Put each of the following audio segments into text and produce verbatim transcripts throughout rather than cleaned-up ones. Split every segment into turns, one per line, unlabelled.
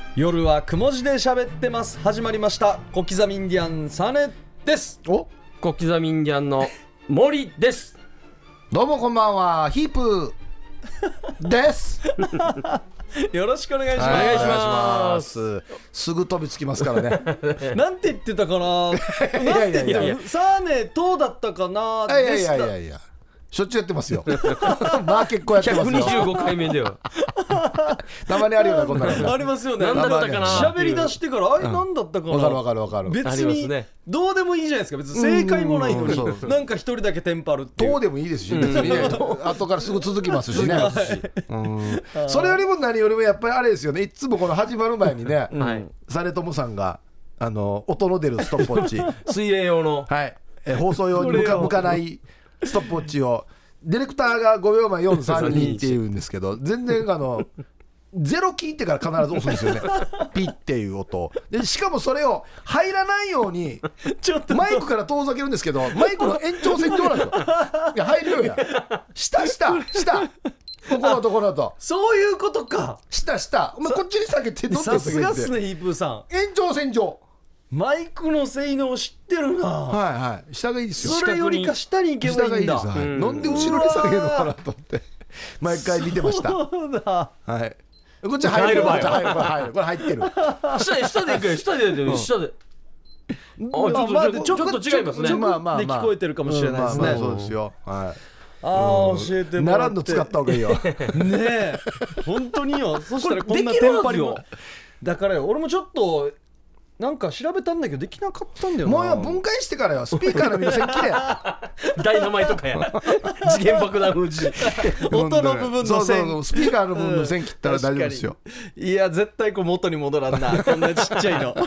夜はくも字で喋ってます。始まりました。小刻みインディアンサネです。
お
小刻みインディアンの森です。
どうもこんばんは、ヒープです
よろしくお願いします。
はいお願いします。
すぐ飛びつきますからね
なんて言ってたかななんて言ってた
いやいやいや
サーネどうだったかない
やいやいやいや、しょっちゅうやってますよまあ結構やってますよ。
ひゃくにじゅうごかいめだよ。
たまにあるようなこんなの
ありますよね。
何だったかな。
喋り出してからあれ何だったかな。
わかるわかるわかる。
別
あります
に
ね
どうでもいいじゃないですか。別に正解もないの
うんそう
になんか一人だけテンパるっていう。
どうでもいいですし、別にね後からすぐ続きますしねうんそれよりも何よりもやっぱりあれですよね。いつもこの始まる前にね、
はい
実朝さんがあの音の出るストップウォッチ
水泳用の
はい、え放送用に向か向かないストップウォッチをディレクターがごびょうまえよんさんにって言うんですけど、全然あのゼロ聞いてから必ず押すんですよねピッっていう音で、しかもそれを入らないように
ちょっと
マイクから遠ざけるんですけど、マイクの延長線上なんですよ。いや入るようや下下下ここのところだと
そういうことか。
下下お前こっちに下げてどんどん
さ
下げて
すがっすねヒープーさん。
延長線上。
マイクの性能知ってるな。
はいはい下がいいですよ。
それよりか下に行けばいいんだ。
下がいいです、はい
うん
なんで後ろに下げるのかなと思って毎回見てました
そうだ。
はいこっち入る
入る
こっち入るこれ入るこれ入ってる
下で下で行くよ。下で行くよ下で。あちょっと
まあ
ちょちょっと違いますね
ちょ
まあまあまあ
で聞こえてるかもしれないですね。
うんまあまあそうですよ。はい
ああ教えてもらって。
並んの使った方がいいよ
ねえ本当によ。そしたらこんなテンパりもだからよ。俺もちょっとなんか調べたんだけどできなかったんだよな。
もうよ分解してからよスピーカーの皆さんきれい
ダイナマイトかや。次元爆弾風じ。
音の部分の線
そうそうそうスピーカーの部分の線切ったら大丈夫ですよ。
いや絶対こう元に戻らんなこんなちっちゃいの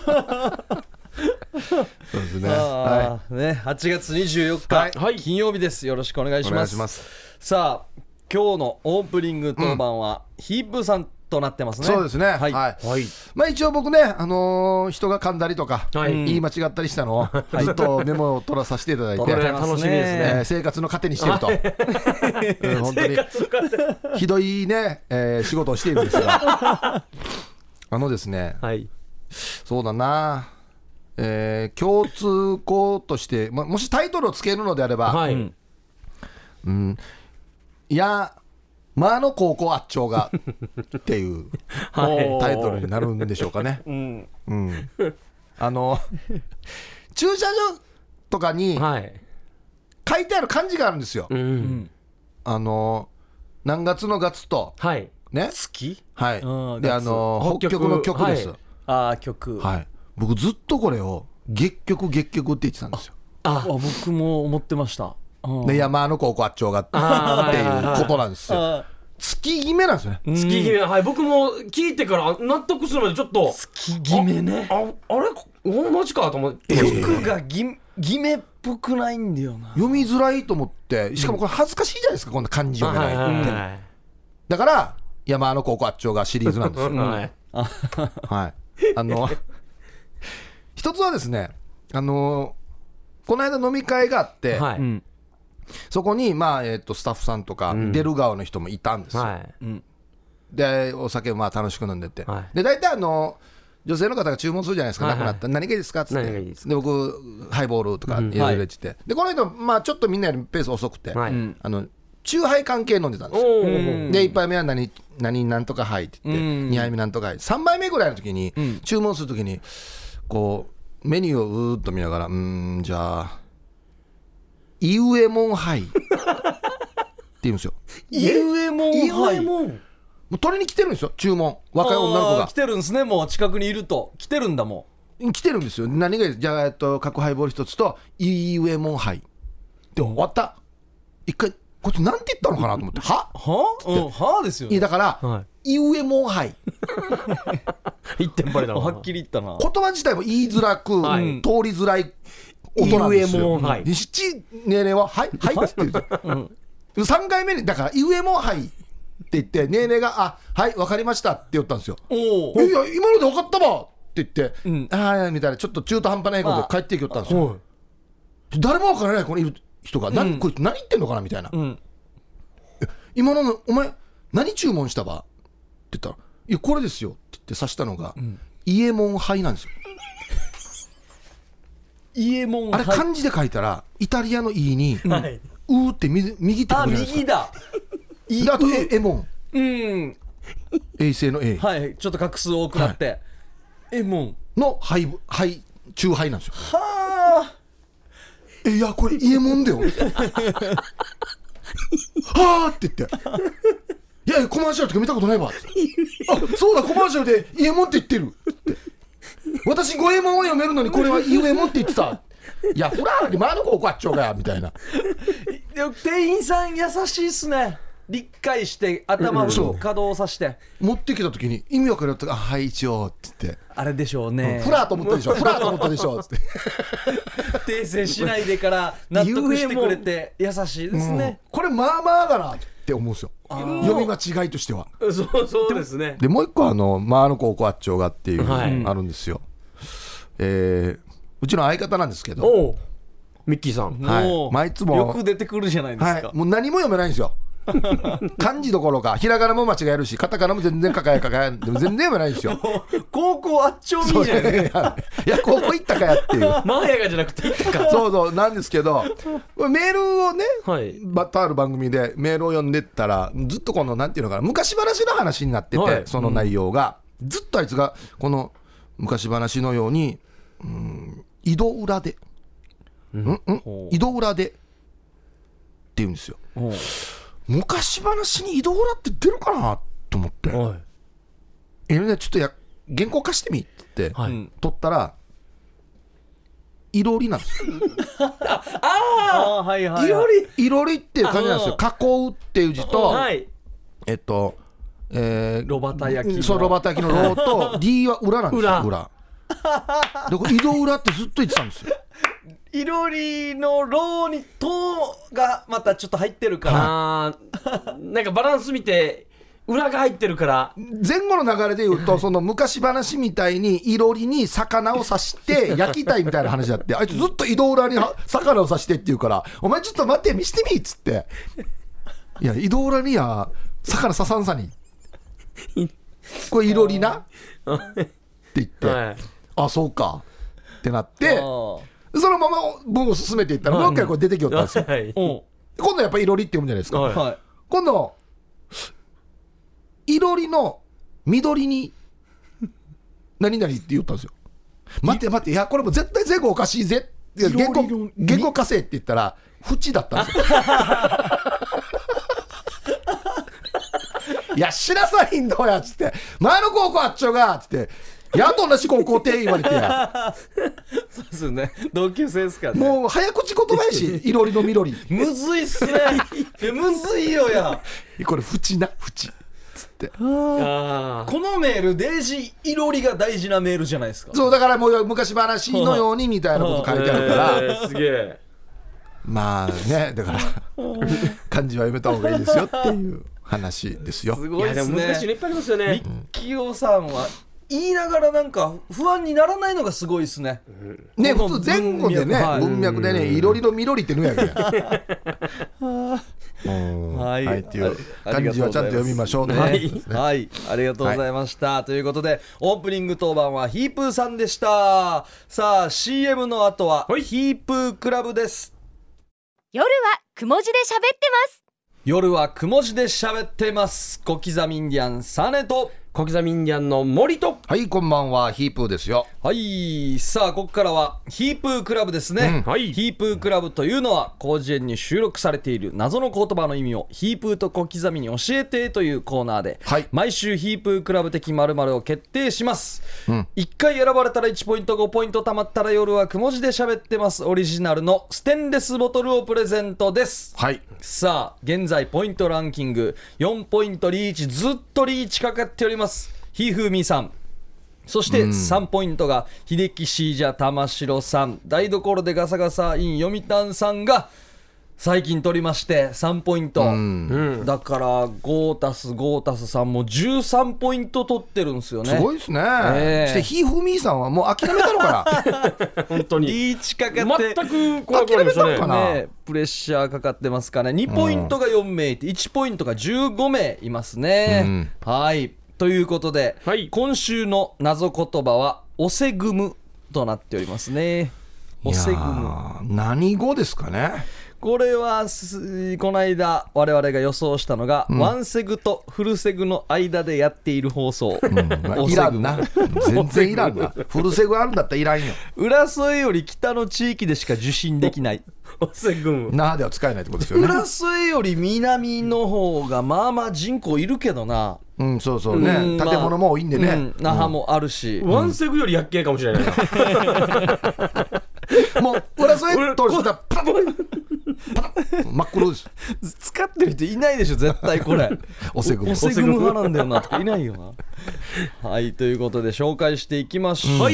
そうですね。
あ
は
ーねはちがつにじゅうよっか、
はい
はい
金曜日です。よろしくお願い
い
します。
お願いします。
さあ今日のオープニング当番は、ヒープーさんとなってますね。
そうですね。
は
はいい。
はい。
まあ一応僕ねあのー人が噛んだりとか
はい
言い間違ったりしたのをずっとメモを取らさせていただいて
取
これ
られますね
楽しみですね。
えー生活の糧にしてるとうん本当に
生活の糧。
ひどいね、えー仕事をしているんですがあのですね
はい。
そうだな、えー共通項として、ま、もしタイトルをつけるのであれば、
はい。
うん
うん、いやまあの高校あっちょうがっていう
はい
タイトルになるんでしょうかね。
うん
うん、あの駐車場とかに
はい。
書いてある漢字があるんですよ。
う。
うんん
あの何月の月と
はい。
ね、
月
はい
うん、
であの北極の曲です。
はい
ああ曲、
はい、僕ずっとこれを月曲月曲って言ってたんですよ。
あ
あ、
僕も思ってました。うん
で山の高校あっちょうがって
あー
いうことなんですよ。
あ
月決めなんですよね。
月決め、はい、僕も聞いてから納得するまでちょっと
月決めね。
ああれおマジかと思って
曲がぎ決めっぽくないんだよな。
読みづらいと思って、しかもこれ恥ずかしいじゃないですか、こんな漢字読めない
はいはい
って。
はい
だから山の高校あっちょうがシリーズなんですよ。
はい
はい、あの一つはですね、あのこの間飲み会があって、
はい
うん
そこに、まあえー、とスタッフさんとか、
ん
出る側の人もいたんですよ。
はい
うん
でお酒をまあ楽しく飲んでて、
はい
で大体あの女性の方が注文するじゃないですか、
はいはい
なくなったら何がいいですかっつって、
何がいいですか
で僕ハイボールとかいろいろ入れてて、でこの人、まあ、ちょっとみんなよりペース遅くて、
はい
うん
あのチューハイ関係飲んでたんですよ。
お
うん
ー
でいっぱいめは何何なんとか入って言って、
うん
にはいめなんとか入ってさんばいめぐらいの時に、
うん
注文する時にこうメニューをうーっと見ながら、うーんじゃあイウエモンハイって言うんですよ。
イウエモン
イ
ハイ
エモン
もう取りに来てるんですよ、注文。若い女の子が
あー来てるんですね。もう近くにいると来てるんだも
来てるんですよ。何がいいですじゃあ、えっと、角ハイボール一つとイウエモンハイで終わった。一回こいつなんて言ったのかなと思っては
ん。はあ、うん、はあですよ
いやだから、
は
イウエモンハイ
い一点張りだな
はっきり言ったな。
言葉自体も言いづらく、
はい
通りづらい音なんですよ。
イウエモンハイ
で七年齢ははいはいって言ってる、さんかいめにだからイウエモンハイって言ってネーネーがあはい分かりましたって言ったんですよ。
おお
いや今ので分かったわって言って、
うん
ああみたいなちょっと中途半端な英語で帰ってきよったんですよ。
は
誰も分からないこのいる人が、何
うん
こいつ何言ってんのかなみたいな、
うん
今のお前何注文したばって言ったらいやこれですよってって指したのが、伊右衛門杯なんですよ。
伊右衛門
あれ漢字で書いたらイタリアのイに、
はいう
ーって右右って書
あ
くじゃないですか。
右だい
であとえエモン、
うん
衛星の A
はいちょっと画数多くなって、えもん
の杯杯中杯なんですよ。
はあ
えいやこれ伊右衛門だよはあって言っていやコマーシャルとか見たことないわってあそうだコマーシャルで伊右衛門って言ってるって私五右衛門を読めるのにこれは伊右衛門って言ってたいやフラーラに前の子こあっちょうがやみたいな。
でも店員さん優しいっすね。理解して頭を
そう
稼働させて
持ってきた時に意味わかるよってあはい一応って言って
あれでしょうね、
フラーと思ったでしょフラーと思ったでしょって
訂正しないでから納得してくれて優しいですね、
うんこれまあまあだなって思うんですよ読み間違いとしては。
そうそうですね。
でもう一個あの「まあの子こあっちょうが」っていう
はい
あるんですよ、えーうちの相方なんですけど、
おうミッキーさん。
はい
もう
まあいつも
よく出てくるじゃないですか、
はい、もう何も読めないんですよ漢字どころかひらがなも間違えるしカタカナも全然書かやかかやでも全然読めないんですよ
高校あっちょみ
そう
じゃない
いやいや高校行ったかやっていう
マーヤがじゃなくて言ったか。
そうそうなんですけどメールをね
はい。
バッとある番組でメールを読んでったらずっとこのなんていうのかな昔話の話になってて、
はい
その内容が、ずっとあいつがこの昔話のようにうん井戸裏で、うんうん
ほう
井戸裏でって言うんですよ。
おう
昔話に井戸裏って出るかなと思って、
は
えねちょっとや原稿貸してみって言って、
い。はい。
うん
取ったらいろりなんですよ。
あーはいはいはい
いろり。
いろりっていう感じなんですよ。
あ
囲うっていう字と、
はい。
えっと、えー、
ロバタ焼きの
そうロバタ焼きのローと D は裏なんですよ。
裏
裏でこれ井戸裏ってずっと言ってたんですよ。
いろりのローにとがまたちょっと入ってるから、
あーなんかバランス見て裏が入ってるから
前後の流れで言うとその昔話みたいにいろりに魚を刺して焼きたいみたいな話だってあいつずっと井戸裏には魚を刺してって言うからお前ちょっと待って見してみっつっていや井戸裏には魚刺さんさにこれいろりなって言って、
はい。
あそうかってなって
あー
そのまま文を進めていったらもう一回これ出てきよったんですよ。
はい。
お
今度やっぱいろりって読むじゃないですか。
はい
はい
今度いろりの緑に何々って言ったんですよ。待って待っていやこれも絶対前後おかしいぜいや
いろりの
原稿原稿貸せって言ったら縁だったんですよいや知らさいんどやっつって前の高校あっちょがっつってやと同じ高校って言われてや
そうですね同級生ですからね
もう早口言葉やしいろりの緑
むずいっすねいやむずいよや
これ縁な縁つって
あ
このメールデイジいろりが大事なメールじゃないですか。
そうだからもう昔話のようにみたいなこと書いてあるから、
えーすげえ。
まあねだから漢字は読めた方がいいですよっていう話ですよ。
す
いやで
ごいですね。
も難しいのいっぱいありますよ
ミ
ね。
ッキオさんは言いながらなんか不安にならないのがすごいですね。
ね
この
普通前後でね
はい
文脈でねいろりのみろりってぬやけんうん
は
はいいっていう
ありがとうございます
漢字はちゃんと読みましょうね。
はい
はい、ありがとうございました、ということでオープニング当番はヒープーさんでした。さあ シーエム の後はヒープークラブです。
夜はくも字で喋ってます。
夜はくも字で喋ってます小刻みインディアンサネと
小刻みインディアンの森と。
はいこんばんはヒープーですよ。
はいさあここからはヒープークラブですね、
うんはい
ヒープークラブというのは広辞苑に収録されている謎の言葉の意味をヒープーと小刻みに教えてというコーナーで、
はい
毎週ヒープークラブ的〇〇を決定します、
うん
いっかい選ばれたらいちポイントごポイント貯まったら夜はくも字で喋ってますオリジナルのステンレスボトルをプレゼントです。
はい
さあ現在ポイントランキングよんポイントリーチずっとリーチかかっておりますひふみさん、そしてさんポイントが秀樹シージャ玉城さん、台所でガサガサイン読谷さんが最近取りましてさんポイント、
うん。
だからごたすごたすさんもじゅうさんポイント取ってるんですよね。
すごいですね。
ええ
そしてひふみさんはもう諦めたのかな
本当に。
リーチかかって
全く怖くなりましたね。
諦めたのかな
ね、プレッシャーかかってますかね。にポイントがよんめいいていちポイントがじゅうごめいいますね、はいということで、
はい、
今週の謎言葉はオセグムとなっておりますね。オセグム、
何語ですかね。
これはこの間我々が予想したのが、うん、ワンセグとフルセグの間でやっている放送、
うんまあ、いらんな、全然いらんな。フルセグあるんだったらいらんよ。
浦添より北の地域でしか受信できない
オセグム、
那覇では使えないってことですよね。
浦添より南の方がまあまあ人口いるけどな。
うん、そうそうね、うん、建物も多いんでね、まあうん、
那覇もあるし、
うん、ワンセグよりやっけーかもしれないな
もう浦添通りしたらパッパッ真っ黒です。
使ってる人いないでしょ絶対これ
オセグム
オセグム派なんだよなとかいないよなはい、ということで紹介していきましょう、はい、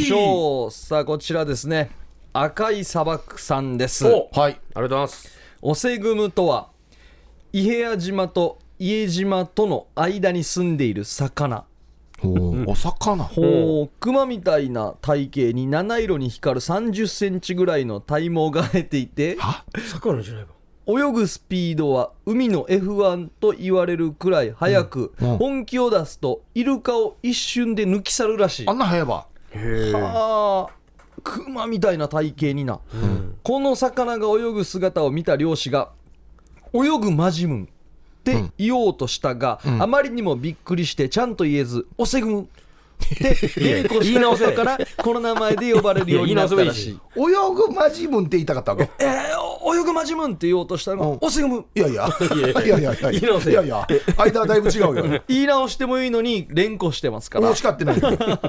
さあこちらですね、赤い砂漠さんです。
はい、ありがとうございます。
オセグムとは伊平屋島と伊江島との間に住んでいる魚。
ほう、お魚。
ほう、クマみたいな体型に七色に光るさんじゅっセンチぐらいの体毛が生えていて、
は魚じゃないか。
泳ぐスピードは海の エフワン と言われるくらい速く、うんうん、本気を出すとイルカを一瞬で抜き去るらしい。
あんな速いば。
へー、クマみたいな体型にな、うん、この魚が泳ぐ姿を見た漁師が泳ぐマジムンって言おうとしたが、うん、あまりにもびっくりしてちゃんと言えずオセグムって連呼したことからこの名前で呼ばれるようになったらしい。
泳ぐマジムンって言いたかったわけ。
えー、泳ぐマジムンって言おうとしたのがオセグム。
いやいやいやいやいやいやいやいや間はだいぶ違うよ
言い直してもいいのに連呼してますから。
もう叱ってない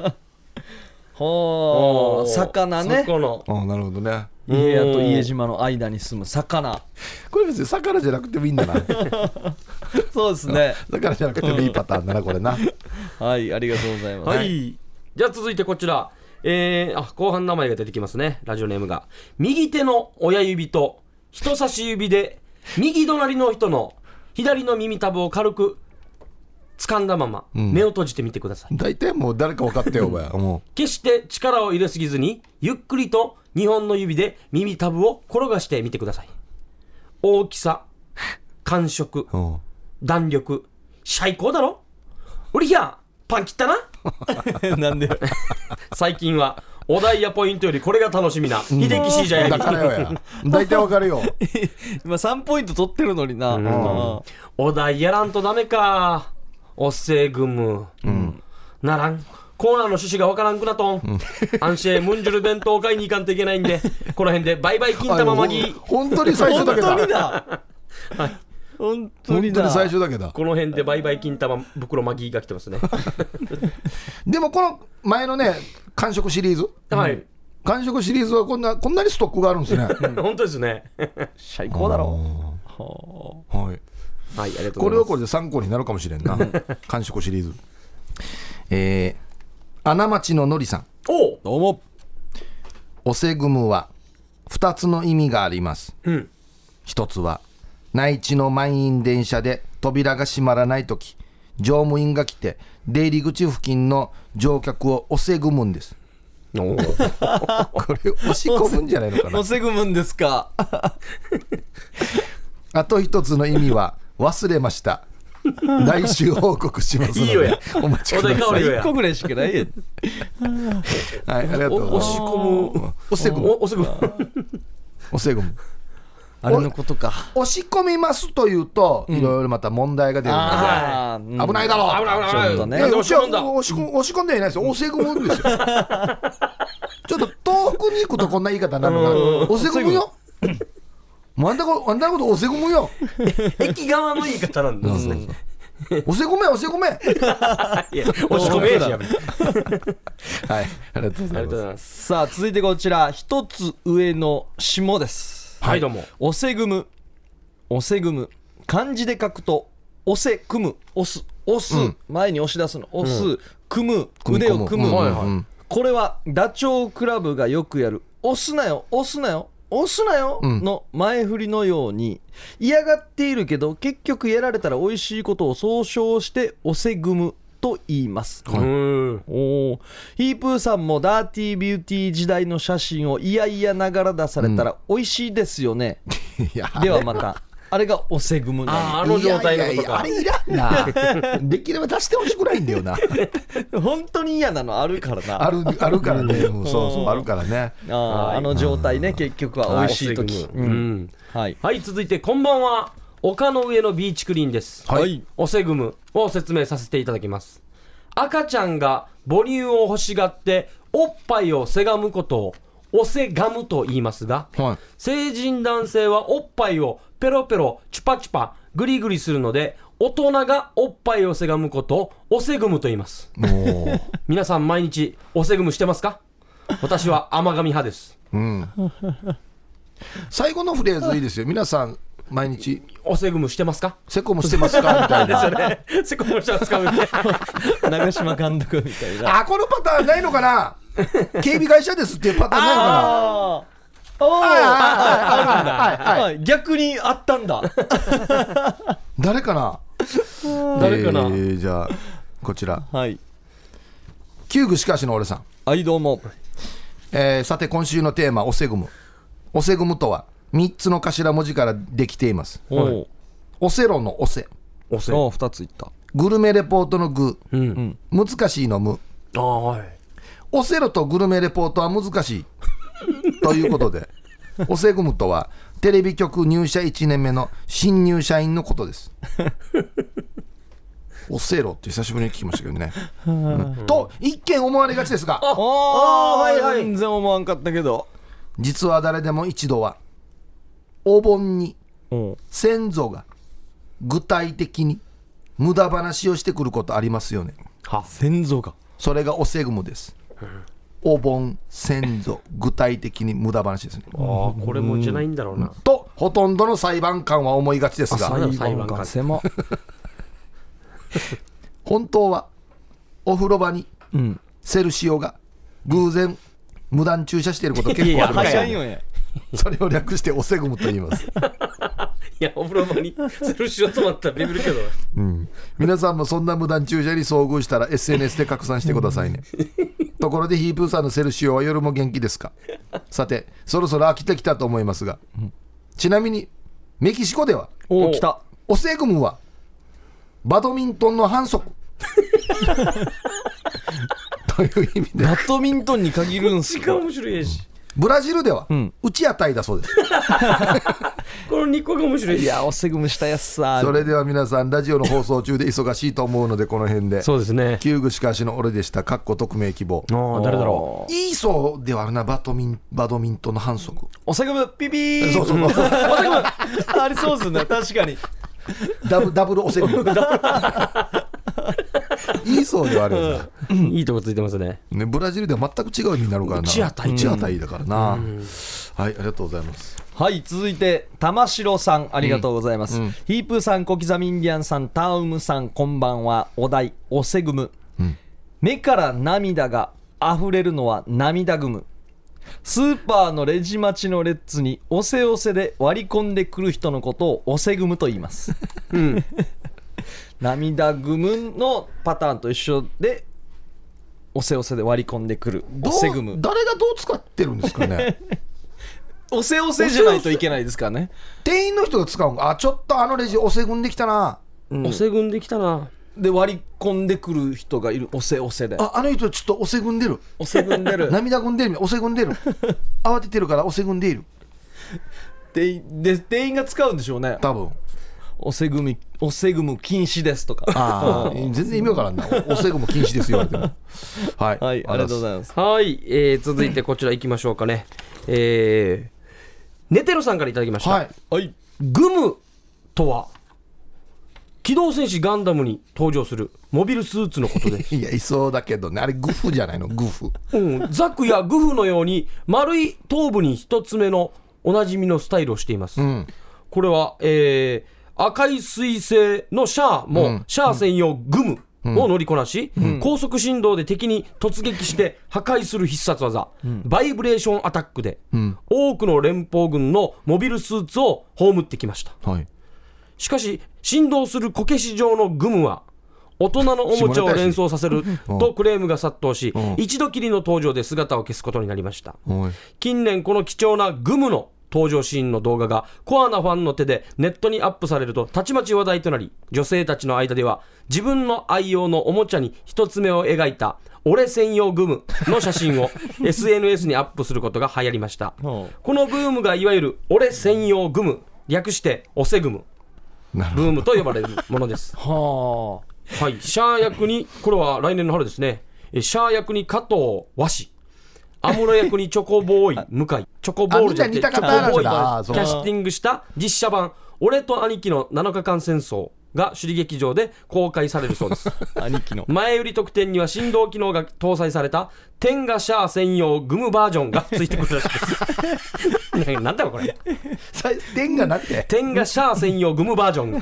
はあ、魚ね。
魚。
あ、なるほどね。
伊平屋と伊江島の間に住む魚。
これ別に魚じゃなくてもいいんだな
そうですね
魚じゃなくてもいいパターンだなこれな
はい、ありがとうございます。
はい、じゃあ続いてこちら、えー、あ後半名前が出てきますね。ラジオネームが右手の親指と人差し指で右隣の人の左の耳たぶを軽く掴んだまま目を閉じてみてください。
大体、うん、もう誰か分かってよお前もう
決して力を入れすぎずにゆっくりとにほんの指で耳たぶを転がしてみてください。大きさ、感触、弾力、最高だろ。おりひゃパン切ったな
なんで
最近はお題やポイントよりこれが楽しみな秀樹シージャーや
だからよや大体わかるよ
今さんポイント取ってるのにな、うん、
お題やらんとダメか。おせぐむ、うん、ならんコーナーの趣旨がわからんくなとん、うん、アンシェムンジュル弁当買いに行かんといけないんでこの辺でバイバイ金玉マギー。
本当に最初だけだ
本当にだはい本当にだ
本当に最初だけだ。
この辺でバイバイ金玉袋マギーが来てますね
でもこの前のね完食シリーズ、
はい、
完食シリーズはこんなこんなにストックがあるんですね
本当ですね
最高だろ
う。はい、
はい、ありがとうございます。
これはこれで参考になるかもしれんな完食シリーズ。えー、穴町ののりさん、
お
どうも。
オセグムはふたつの意味があります、うん、ひとつは内地の満員電車で扉が閉まらないとき乗務員が来て出入り口付近の乗客をオセグムんです。おこれ押し込むんじゃないのかな
オセグムんですか
あと一つの意味は忘れました来週報告しますのでいいよやお待ちください。
いっこぐらいしかないや
はい、ありがとうございます。
押し込む
押せぐむ
押せぐむ
押せぐむ
あれのことか。
押し込みますというと、いろいろまた問題が出るので、うん、危ないだろう、
危ない危ない危ない、
ね、押し込んだ押し込んではいないですよ。押せぐむんですよちょっと遠くに行くとこんな言い方になるのか。押せぐむよあんなこと、あんなこと押せぐむよ
駅側の言い方なんですね。
押せごめ押せごめいや
押し込めやめ
はい、ありがとうございます。
さあ続いてこちら一つ上の下です。
はい、どうも。
おせぐむ、おせぐむ、漢字で書くとおせ組む、押す押す、うん、前に押し出すの押す、うん、組む腕を組む、はいはい、これはダチョウ倶楽部がよくやる押すなよ押すなよ押すなよの前振りのように、嫌がっているけど結局やられたら美味しいことを総称しておせぐむと言います、はい、おヒープーさんもダーティービューティー時代の写真をいやいやながら出されたら美味しいですよね、うん、いやではまたあれがオセグム
あ
な
ああの状態のことか。
いやいやいやあれいらんなできれば出してほしくないんだよな
の。本当に嫌なのあるからな。
あるあるからね、もうそうそうあるからね。
あー、あの状態ね、結局は美味しい時。
オセグムうん。
はい。
はい、続いてこんばんは。丘の上のビーチクリーンです。
はい
はい。
オセグムを説明させていただきます。赤ちゃんが母乳を欲しがっておっぱいをせがむことをオセガムと言いますが、
はい
成人男性はおっぱいをペロペロチュパチュパグリグリするので、大人がおっぱいをせがむことをオセグムと言います。
もう
皆さん毎日オセグムしてますか？私は甘噛み派です。
うん最後のフレーズいいですよ。皆さん毎日
オセグムしてますか？
セコムしてますかみたいな。
セコムしてますかみたいな。
長嶋監督みたいな。
あ、このパターンないのかな警備会社ですっていうパターンないのかな。
ああ、おー、
はいはいはい
ああ逆にあったんだ。
誰かな
誰かな、
えー、じゃあこちら
はい。
旧具しかしの俺さん、
はい、どうも。
えー、さて今週のテーマオセグム。オセグムとはみっつの頭文字からできています。
おー、
オセロのオセ、
オセ。
おー、二ついった。
グルメレポートのグ、
うん。
難しいのム。
ああ、はい。
オセロとグルメレポートは難しいということでオセグムとはテレビ局入社いちねんめの新入社員のことですオセロって久しぶりに聞きましたけどね、うん、と一見思われがちですが、
ああ、はいはい。全然思わんかったけど。
実は誰でも一度はお盆に
うん。
先祖が具体的に無駄話をしてくることありますよね。
は。
先祖が。
それがオセグムです。お盆、先祖、具体的に無駄話ですね。
ああ、これもじゃないんだろうな。
とほとんどの裁判官は思いがちですが、
あそう裁判官
狭。
本当はお風呂場に
うん。
セルシオが偶然無断駐車していること結構ありますよね。
はしゃんよね。
それを略してオセグムと言います、
いや、お風呂場にセルシオ止まったらビビるけど。
うん、皆さんもそんな無断駐車に遭遇したら エスエヌエス で拡散してくださいねところでヒープーさんのセルシオは夜も元気ですか？さてそろそろ飽きてきたと思いますが、ちなみにメキシコでは
おー、来た。
オセグムはバドミントンの反則という意味で、
バドミントンに限るんすか。
時間面白いし。
ブラジルでは
ん
打ち当たりだそうです。
このにこが面白いし。
いや、おせぐむしたやつさ。
それでは皆さんラジオの放送中で忙しいと思うのでこの辺で、
そうですね。
旧具しかしの俺でした。かっこ匿名希望。
ああ、誰だろう。
いいそうではあるな、バドミンバドミントンの反則。
おせぐむピピー。
そうそうそう
ありそうですね、確かに。
ダブダブルおせぐいいそうではあるよな、
いいとこついてますね。
ね、ブラジルでは全く違う意味になるからな。
打ち当たり
打ち当たりだからな。はい、ありがとうございます。
はい、続いて玉城さん、ありがとうございます、
うんうん
ヒープーさん、小刻みインディアンさん、タウムさん、こんばんは。お題おせぐむ、
うん、
目から涙が溢れるのは涙ぐむ。スーパーのレジ待ちのレッツにおせおせで割り込んでくる人のことをおせぐむと言います、
うん。
涙ぐむのパターンと一緒でおせおせで割り込んでくる
どう
おせぐむ。
誰がどう使ってるんですかね
おせおせじゃないといけないですからね。
店員の人が使うんか。あ、ちょっとあのレジおせぐんできたな。
おせぐんできたな。
で割り込んでくる人がいる。おせおせで
あ、あの人ちょっとおせぐんでる。
おせぐんでる
涙ぐんでる。おせぐんでる。慌ててるからおせぐんでいる。
店員で店員が使うんでしょうね。
多分。
おせぐみおせぐむ禁止ですとか。
ああ、全然意味わからんな。おせぐも禁止ですよ。言われても。はい。
はい、ありがとうございます。
はい、えー、続いてこちら行きましょうかね。えー、ネテロさんからいただきました。
はい。
はい、
グムとは機動戦士ガンダムに登場するモビルスーツのことです。
いや、いそうだけどね。あれグフじゃないの。グフ。
うん、ザクやグフのように丸い頭部に一つ目のおなじみのスタイルをしています、
うん。
これは、えー、赤い彗星のシャアも、
うん
シャア専用グムを乗りこなし、高速振動で敵に突撃して破壊する必殺技、バイブレーションアタックで、
ん
多くの連邦軍のモビルスーツを葬ってきました。
はい。
しかし振動するこけし状のグムは大人のおもちゃを連想させるとクレームが殺到し、
うん
一度きりの登場で姿を消すことになりました。
おい。
近年この貴重なグムの登場シーンの動画がコアなファンの手でネットにアップされるとたちまち話題となり、女性たちの間では自分の愛用のおもちゃに一つ目を描いた俺専用グムの写真をエスエヌエス にアップすることが流行りました。このブームがいわゆる俺専用グム、略してオセグムブームと呼ばれるものです。
は
はい、シャア役に、これは来年の春ですね、えシャア役に加藤和紙、アムロ役にチョコボーイ向井、チョコボールじゃなくてチョコボーイ
あ
とキャスティングした実写版俺と兄貴のなのかかん戦争が首里劇場で公開されるそうです。
兄貴の
前売り特典には振動機能が搭載された天下シャア専用グムバージョンがついてくるらしいです。なんだろこれ、
点がなって
天下シャア専用グムバージョン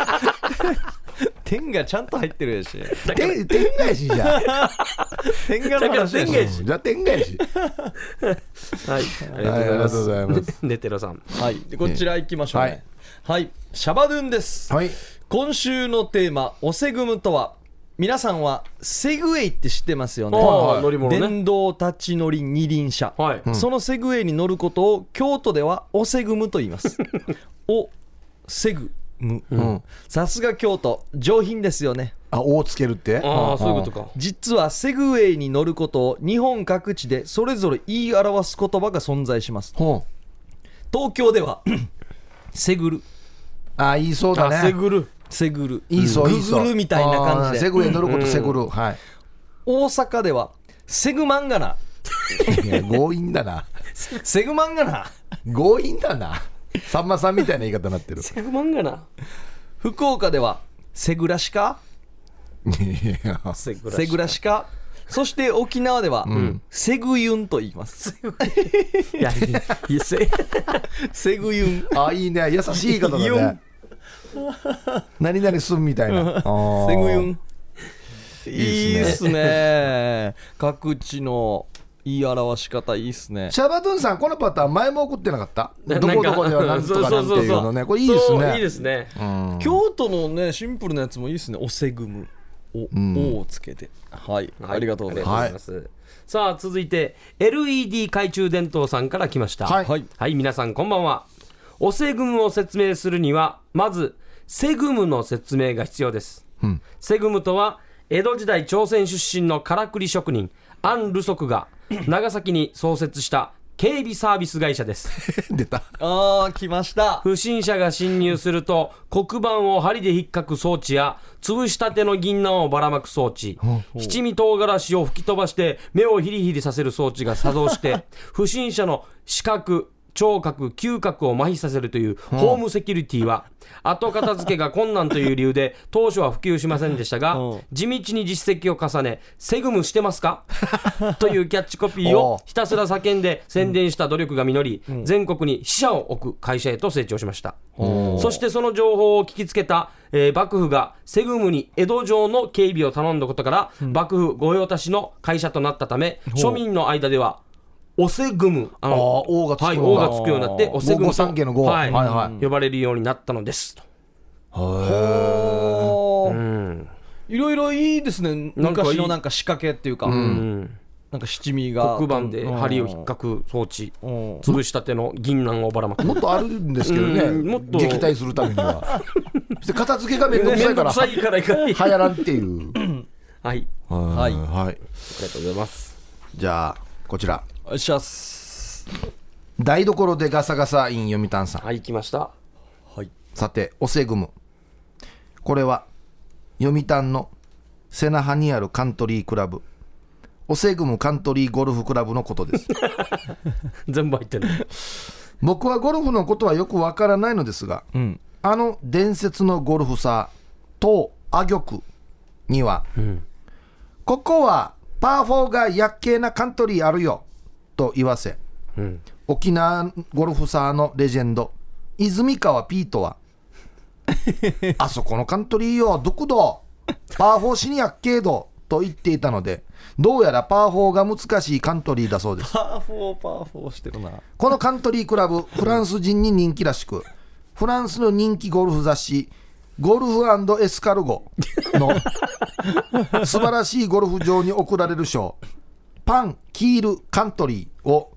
点がちゃんと入ってるやし、
点点がやしじゃあ
点がの話やし、
点がやし
じゃあ点がやし
はい、ありがとうございます。ネテロさん、
はいでこちら行きましょうね。はい、シャバドゥンです。
はい、
今週のテーマオセグムとは、皆さんはセグウェイって知ってますよね。
はい、乗り物ね。
電動立ち乗り二輪車、
はい、
そのセグウェイに乗ることを京都ではオセグムと言いますおセグム、さすが京都、上品ですよね。
あ、おをつけるって、
ああ、そういうことか。
実はセグウェイに乗ることを日本各地でそれぞれ言い表す言葉が存在します。
ほ
う東京ではセグル、
あ、言いそうだね。
セグル、
セグル、
いいそういいそう、
ググルみたいな感じで
セグウェイ乗ることセグル、はい。
大阪ではセグマンガナ
いや強引だな
セグマンガナ
強引だな、さんまさんみたいな言い方になってる。
セグマンガナ。
福岡ではセグラシカ、
いや
セグ
セグラシカ、そして沖縄では、うん、セグユンと言います。
いやいやセ
セグユン、
あ、いいね、優しい言い方だね。何々すんみたいな。
セグユン
い
いい
いですね。
っすね。各地の言い表し方いいっすね。
シャバドゥンさん、このパターン前も送ってなかった？
な
どこどこではなんとかなんていうのね、これいいですね。
いいですね。
京都のねシンプルなやつもいいっすね。おセグム、お、うん、おをつけて、はい、はい、ありがとうございます。
はい、さあ続いて エルイーディー 懐中電灯さんから来ました。
はい、
はいはい、皆さんこんばんは。おセグムを説明するにはまずセグムの説明が必要です、うん、セグムとは江戸時代朝鮮出身のからくり職人アン・ルソクが長崎に創設した警備サービス会社です
出た。
あー来ました。
不審者が侵入すると黒板を針で引っかく装置や潰したての銀杏をばらまく装置、七味唐辛子を吹き飛ばして目をヒリヒリさせる装置が作動して不審者の視覚聴覚、嗅覚を麻痺させるというホームセキュリティは後片付けが困難という理由で当初は普及しませんでしたが、地道に実績を重ねセグムしてますかというキャッチコピーをひたすら叫んで宣伝した努力が実り、全国に支社を置く会社へと成長しました。そしてその情報を聞きつけた、えー、幕府がセグムに江戸城の警備を頼んだことから、幕府御用達の会社となったため、庶民の間ではオセグム、あの
あ、王がつく、
はい、王がつくようになってオセグムと、
はいはいはい、
呼ばれるようになったのですと。
へー、うん、いろいろいいですね。昔のなんか仕掛けっていうか、うん、なんか七味が
黒板で針を引っかく装置、潰したての銀杏をばらまく。
もっとあるんですけどね、もっと撃退するためにはそして片付けがめんどくさいから
さいから流
行らんっていう
はい
はい、はい、あり
がとうございます。
じゃあこちら
お願いします。
台所でガサガサイン読谷さん、
はい、来ました。
はい、
さてオセグム、これは読谷の瀬那覇にあるカントリークラブオセグムカントリーゴルフクラブのことです
全部入ってる。
僕はゴルフのことはよくわからないのですが、うん、あの伝説のゴルフサー東阿玉には、うん、ここはパーフォーがやっけーなカントリーあるよと言わせ、うん、沖縄ゴルフサーのレジェンド泉川ピートはあそこのカントリーよどこどパーフォーしにやっけーどと言っていたので、どうやらパーフォーが難しいカントリーだそうです。
パーフォーパーフォーしてるな。
このカントリークラブフランス人に人気らしく、フランスの人気ゴルフ雑誌ゴルフ&エスカルゴの素晴らしいゴルフ場に贈られる賞パン・キール・カントリーを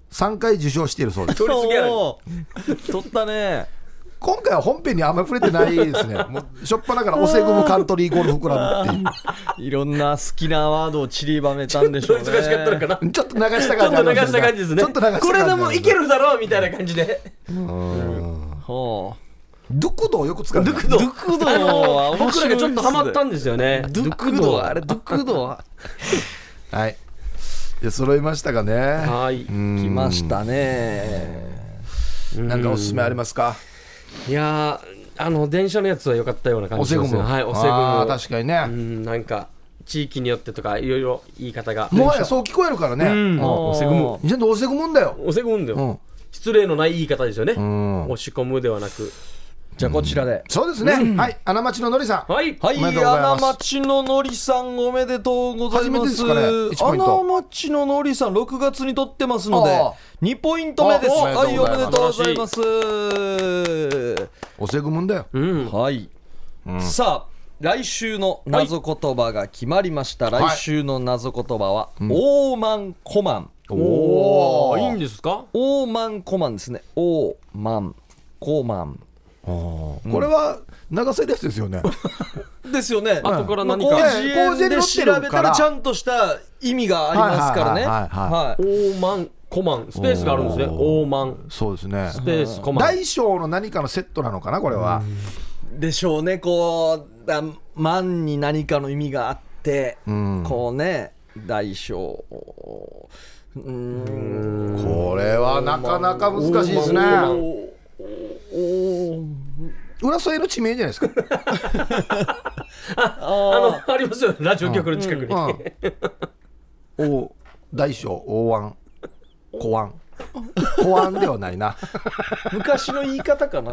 さんかい受賞しているそうです
取りすぎやない
おー取ったね。
今回は本編にあんまり触れてないですねもうしょっぱなからオセグムカントリーゴルフクラブっていう
いろんな好きなワードを散りばめたんでしょうね。
難しかったのかな。
ちょっと流した
ちょっと流
感じあります
した感じですね。
ちょっと流した感じ
これでもいけるだろうみたいな感じで。
ほ
ドゥクドをよく使う
ドゥクド
うドゥクド
あの
は面白い
僕らがちょっとハマったんですよね。
ドゥクドあれドゥクドは
はいで揃いましたかね
はい。
来ましたね。
なんかおすすめありますか
いやー、あの電車のやつは良かったような感
おせぐむ
じしますね。はい、おせぐ
あー
む。
確かにね
うん、なんか地域によってとかいろいろ言い方が。
もはやそう聞こえるからね
うん、おせぐむ。
ちゃんとおせぐむんだよ
おせぐむんだよ。
うん
失礼のない言い方ですよね。
うん
押し込むではなく。
じゃあこちらで。
そうですねはい穴町ののりさん
はい。
はい、
おめでとうございます
穴町ののりさんおめでとうございます。
初めてですかねいちポイント
穴町ののりさんろくがつに取ってますので
ああ
にポイント目です。
あ
はい、おめでとうござい
ま
ます。
おせぐむんだよ
うん。
はい、さあ来週の謎言葉が決まりました。
はい
来週の謎言葉は、オーマンコマン。
おお、いいんですか。
オーマンコマンですね。オーマンコマン
これは長瀬ですですよね
ですよね。
後から何
まあ
か。
広辞苑で調べたらちゃんとした意味がありますからね。
はいはいはいはい
はい
オーマンコマンスペースがあるんですね。オーマン
そうですね
スペースコマン。
大小の何かのセットなのかなこれは
でしょうね。こうだ万に何かの意味があって、
ん
こうね大小うーん
これはなかなか難しいですね
オーマン
お
浦添の地名じゃないですか
あのありますよラジオ局の近くに。
うんお大小大湾小湾小湾ではないな
昔の言い方かな。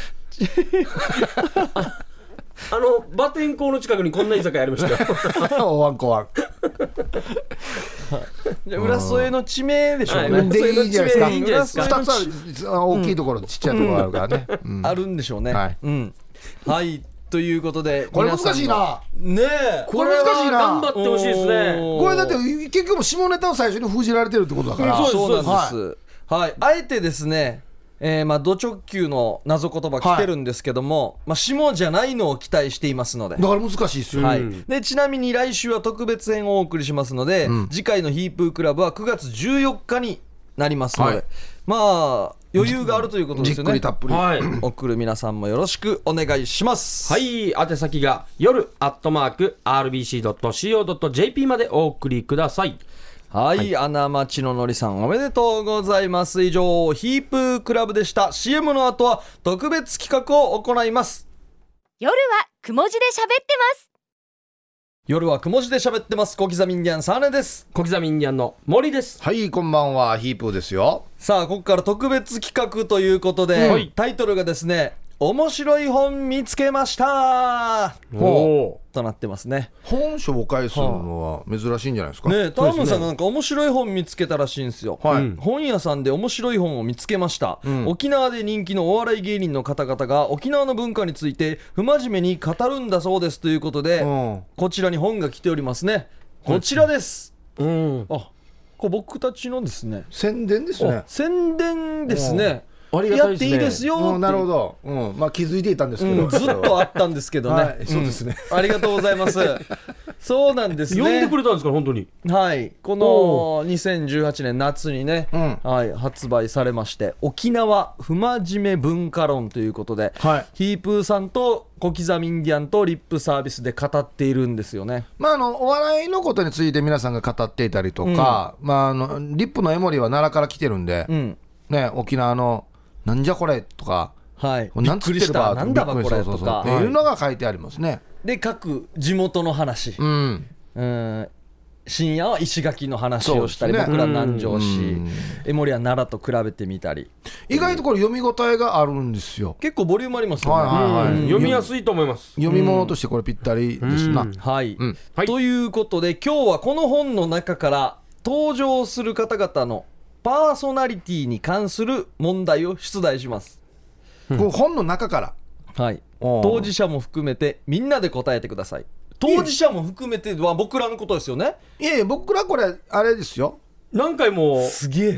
あのバテン港の近くにこんな居酒屋ありましたよ。
大湾小湾
じゃあ浦添の地名でしょうね。
はい
でいいじゃないですか
いいんじゃないですか
ふたつある大きいところとちっちゃいところがあるからね、うん
あるんでしょうね。
はい
うん。はい。ということで
これ難しい
皆さん
な
のねえ
これ難しいな
頑張ってほしいですね。
これだって結局下ネタを最初に封じられてるってことだから、
うん
そうなん
は
です。はい、あえてですね、えーまあ、ド直球の謎言葉来てるんですけども、まあ、下じゃないのを期待していますので。
い、だから難しいですよ、
はい
うん
でちなみに来週は特別編をお送りしますので、
うん
次回のヒープークラブはくがつじゅうよっかになりますので、
はい
まあ余裕があるということで
じっ
すよね。
くりたっぷり、
はい。
送る皆さんもよろしくお願いします。
はい、宛先が夜アットマーク アールビーシードットシーオードットジェーピー までお送りください。
はい、穴町ののりさんおめでとうございます。以上ヒープークラブでした。 シーエム の後は特別企画を行います。
夜はくも字で喋ってます。
夜はくも字で喋ってます。小刻みインディアンサーネです。
小刻みインディアンの森です。
はいこんばんはヒープーですよ。
さあここから特別企画ということで、
はい
タイトルがですね面白い本見つけました
ほ
となってますね。
本紹介するのは珍しいんじゃないですか、
ねえタームさんがなんか面白い本見つけたらしいんですよ。
はい、
うん
本屋さんで面白い本を見つけました、
ん
沖縄で人気のお笑い芸人の方々が沖縄の文化について不真面目に語るんだそうですということで、
うん
こちらに本が来ておりますね。こちらです。
うん。
あこれ僕たちのですね
宣伝ですね。
宣伝ですね。
ありが
やっ
たいですね。
ていいですよっていう
うんなるほど、うん、まあ気づいていたんですけど、
うん、ずっとあったんですけどね、
はいそうですね
うんありがとうございますそうなんですね。
呼んでくれたんですから本当に。
はい、このにせんじゅうはちねん夏にね、
うん
はい、発売されまして沖縄不真面目文化論ということで、
はい
ヒープーさんと小刻みインディアンとリップサービスで語っているんですよね。
まあ、あのお笑いのことについて皆さんが語っていたりとか、まあ、あのリップのエモリは奈良から来てるんで、
うん
ね、沖縄のなんじゃこれとか
はい、び
なん
っくりした
つってれば
なんだばこれ
びっくりそう
とか
そうそうっていうのが書いてありますね。
で各地元の話、
うん
うん、深夜は石垣の話をしたり、
そうですね
僕ら南城市
うん
江森は奈良と比べてみたり
意外とこれ読み応えがあるんですよ。
結構ボリュームありますよね。
はいはいはい
うん読みやすいと思います。
読み物としてこれぴったりですな。
はい、
うん
はい
ということで今日はこの本の中から登場する方々のパーソナリティに関する問題を出題します。
これ本の中から
はい、
おー
当事者も含めてみんなで答えてください。当事者も含めては僕らのことですよね。
いやいや僕らこれあれですよ。
何回も
すげえ。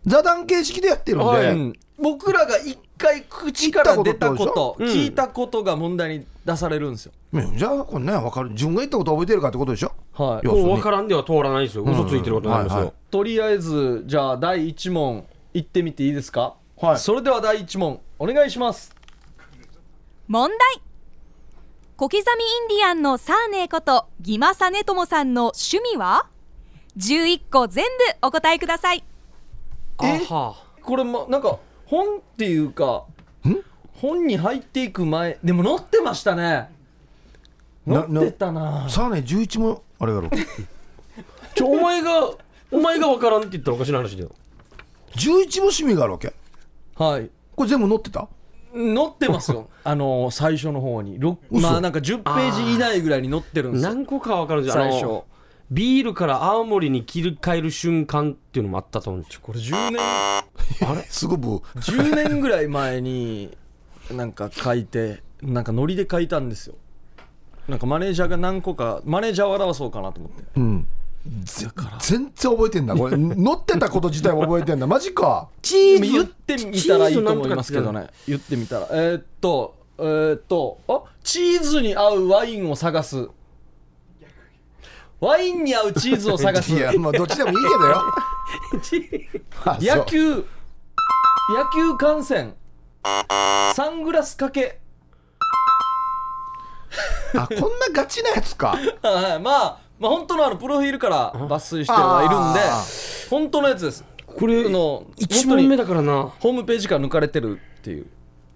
座談形式でやってるんで、
はい
うん僕らが一回口から出たこと
うん
聞いたことが問題に出されるんですよ、
うんじゃあこれね分かる、自分が言ったこと覚えてるかってことでしょ。
はい
要するに
もう分からんでは通らないですよ、嘘ついてることになりますよ、
はいはい
とりあえずじゃあだいいち問いってみていいですか。
はい
それではだいいち問お願いします。
問題。小刻みインディアンのサーネーことギマサネトモさんの趣味は？じゅういっこ全部お答えください。
あは
これもなんか本っていうか本に入っていく前でも載ってましたね。載
な
ってたな。
さあねじゅういちもあれやろ
ちょお前がお前が分からんって言ったらおかしな話だよ。
じゅういちも趣味があるわけ。
はい
これ全部載ってた。
載ってますよあの最初の方にろ
嘘
まあなんかじゅっページ以内ぐらいに載ってるんですよ
何個か分かるんですよ。あ
最初
のビールから青森に切り替える瞬間っていうのもあったと思うんですよ。
これじゅうねん
あれすごく
じゅうねんぐらい前になんか書いてなんかノリで書いたんですよ。なんかマネージャーが何個かマネージャーを表そうかなと思って。
うんぜ全然覚えてんだこれ載ってたこと自体も覚えてんだマジか。
チ
でも言ってみたらいいと思いますけどね。言ってみたらえー、っとえー、っとあチーズに合うワインを探す。ワインに合うチーズを探す。
いやもうどっちでもいいけどよあそう
野球野球観戦サングラスかけ。
あこんなガチなやつか。
はいまあまあ本当のあのプロフィールから抜粋してはいるんで
あ
本当のやつです。
これ
あの
いち問目だからな。
ホームページから抜かれてるっていう。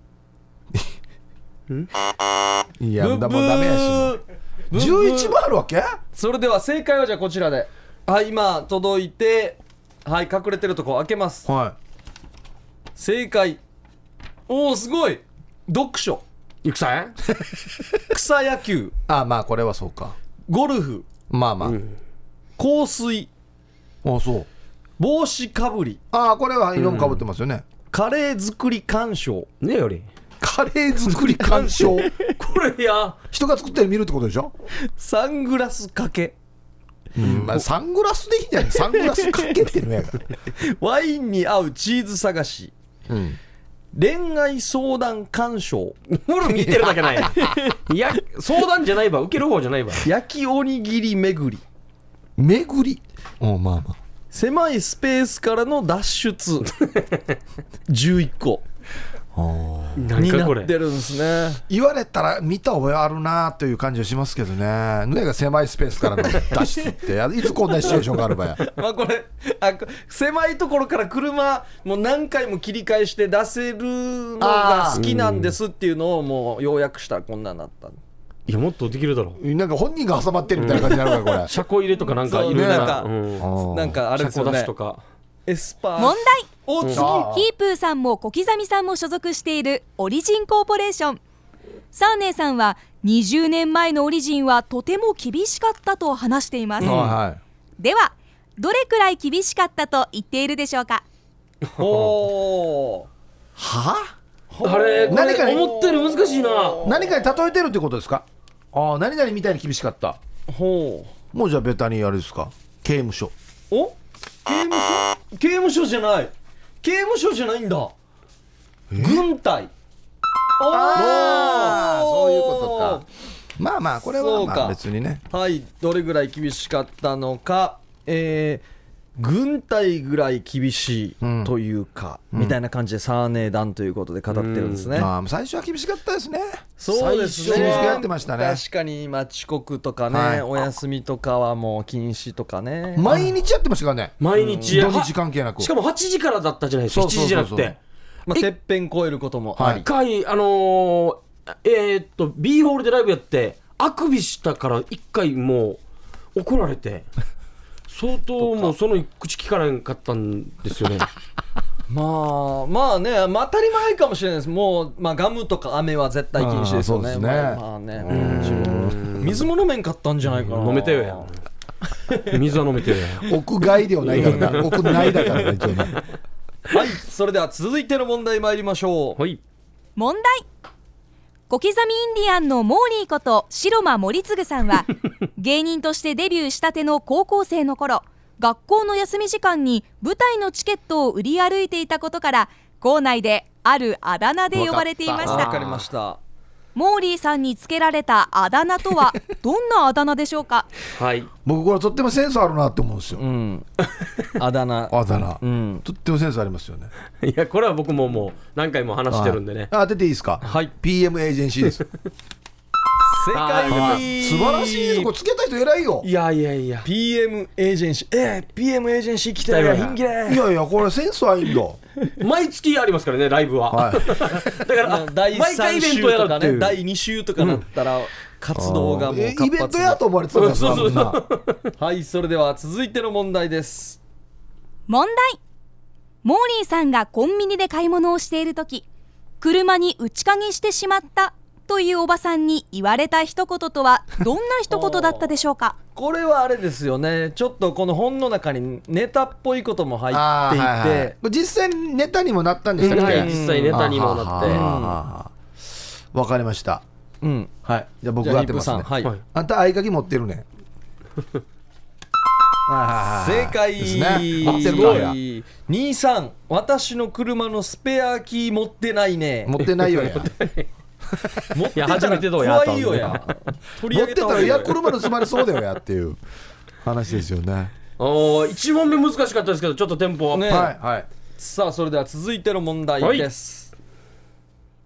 いやだもうダメやし
ブー
じゅういちもあるわけ。
それでは正解はじゃあこちらで、はい今届いて、はい隠れてるとこ開けます。
は
正解、おおすごい、読書、
戦や
草野球、
いあまあこれはそうか。
ゴルフ、
まあまあ、
香水、
あそう
帽子かぶり、
あこれは色もかぶってますよね、
カレー作り鑑賞、
ねえより
カレー作り鑑賞
これや
人が作ってる見るってことでしょ、
サングラスかけ、
うんまあ、サングラスでいいんじゃない。サングラスかけてるやが、
ワインに合うチーズ探し、
うん、
恋愛相談鑑賞、
もろ見てるだけないいや相談じゃないば受ける方じゃないば。
焼きおにぎり巡り、
巡りおまあまあ
狭いスペースからの脱出じゅういっこにな
なんかこれ
ってるんですね。
言われたら見た覚えあるなという感じはしますけどね。ねが狭いスペースからの脱出っていつこんなシチュエーションがあるばや
まあこれあこ狭いところから車もう何回も切り返して出せるのが好きなんですっていうのをもう要約したらこんなになった。
いやもっとできるだろう。
なんか本人が挟まってるみたいな感じになるからこ
車庫入れとかなんか
そう
いろいろ
なんか
うん
なんかあれです
車庫
よね
出しとか
エスパー
問
お次
あ
ヒープーさんも小刻みさんも所属しているオリジンコーポレーション。サーネーさんはにじゅうねんまえのオリジンはとても厳しかったと話しています、
はいはい
ではどれくらい厳しかったと言っているでしょうか？
おー
は
あれこ
何かに
れ思ったより難しいな。
何かに例えてるってことですか。ああ何々みたいに厳しかった。
ほ
もうじゃあベタにあれですか、刑務所。
うお刑務所刑務所じゃない刑務所じゃないんだ軍隊。
ああ
おー
そういうことか。まあまあこれは
そうか
まあ別にね。
はいどれぐらい厳しかったのか、えー軍隊ぐらい厳しいというか、みたいな感じでサーネー団ということで語ってるんですね、
まあ最初は厳しかったですね。
そうですね
最初厳しくやってましたね。
確かに今遅刻とかね、
はい
お休みとかはもう禁止とかね。
毎日やってましたからね。
毎日
土日関係なく。
しかもはちじからだったじゃないですか。7
そうそうそうそう
時じゃなくて
まあ、てっぺん超えることもあり、
一回あのー、えー、っと B ホールでライブやってあくびしたから一回もう怒られて相当もうその口聞かなかったんですよね
まあまあね、まあ、当たり前かもしれないです。もう、まあ、ガムとか飴は絶対禁止ですよね。
あーそうですね
まあ、まあねうん水も飲めんかったんじゃないかな。
飲めてよや水は飲めてよや
屋外ではないからな。屋内だからな一応ね。
はいそれでは続いての問題参りましょう。
はい
問題。小刻みインディアンのモーリーこと白間森次さんは芸人としてデビューしたての高校生の頃、 学校の休み時間に舞台のチケットを売り歩いていたことから校内であるあだ名で呼ばれていました。
わかりました。
モーリーさんにつけられたあだ名とはどんなあだ名でしょうか？
はい
僕これとってもセンスあるなって思うんですよ、
うん、あだ名
あだ名、
うん、
とってもセンスありますよね。
いやこれは僕ももう何回も話してるんでね。
あ当てていいですか？
はい
ピーエム エージェンシーです。
正解、
はい素晴らしいです。これつけた人偉いよ。
いやいやいや
ピーエム エージェンシーえー、ピーエム エージェンシー来たよ、ヒンギレ
いやいやこれセンスはいいんだ。
毎月ありますからねライブは、
はい、
だから
だい
毎回イベントやるっていう、
ね、だいに週とかなったら活動がもう活発、
イベントやと思われてたんですか？
そうそうそう
はい、それでは続いての問題です。
問題。モーリーさんがコンビニで買い物をしているとき、車に内鍵してしまったというおばさんに言われた一言とはどんな一言だったでしょうか？
これはあれですよね、ちょっとこの本の中にネタっぽいことも入っていて、
はいはい、実際ネタにもなったんでしたっけ？
はい、実際ネタにもなって、
わかりました。
うん、
はい、じゃあ僕が当てますね。
はい、
あんた合鍵持ってるね。
正解
ですね。持ってるかや。
にさん、私の車のスペアキー持ってないね。
持ってないよや。
持ってたら怖いよや。取り上げた
持ってたらいや車盗まれそうだよやっていう話ですよね。
おいち問目難しかったですけどちょっとテンポアップ、
ね、
はいはい。
さあそれでは続いての問題です、はい、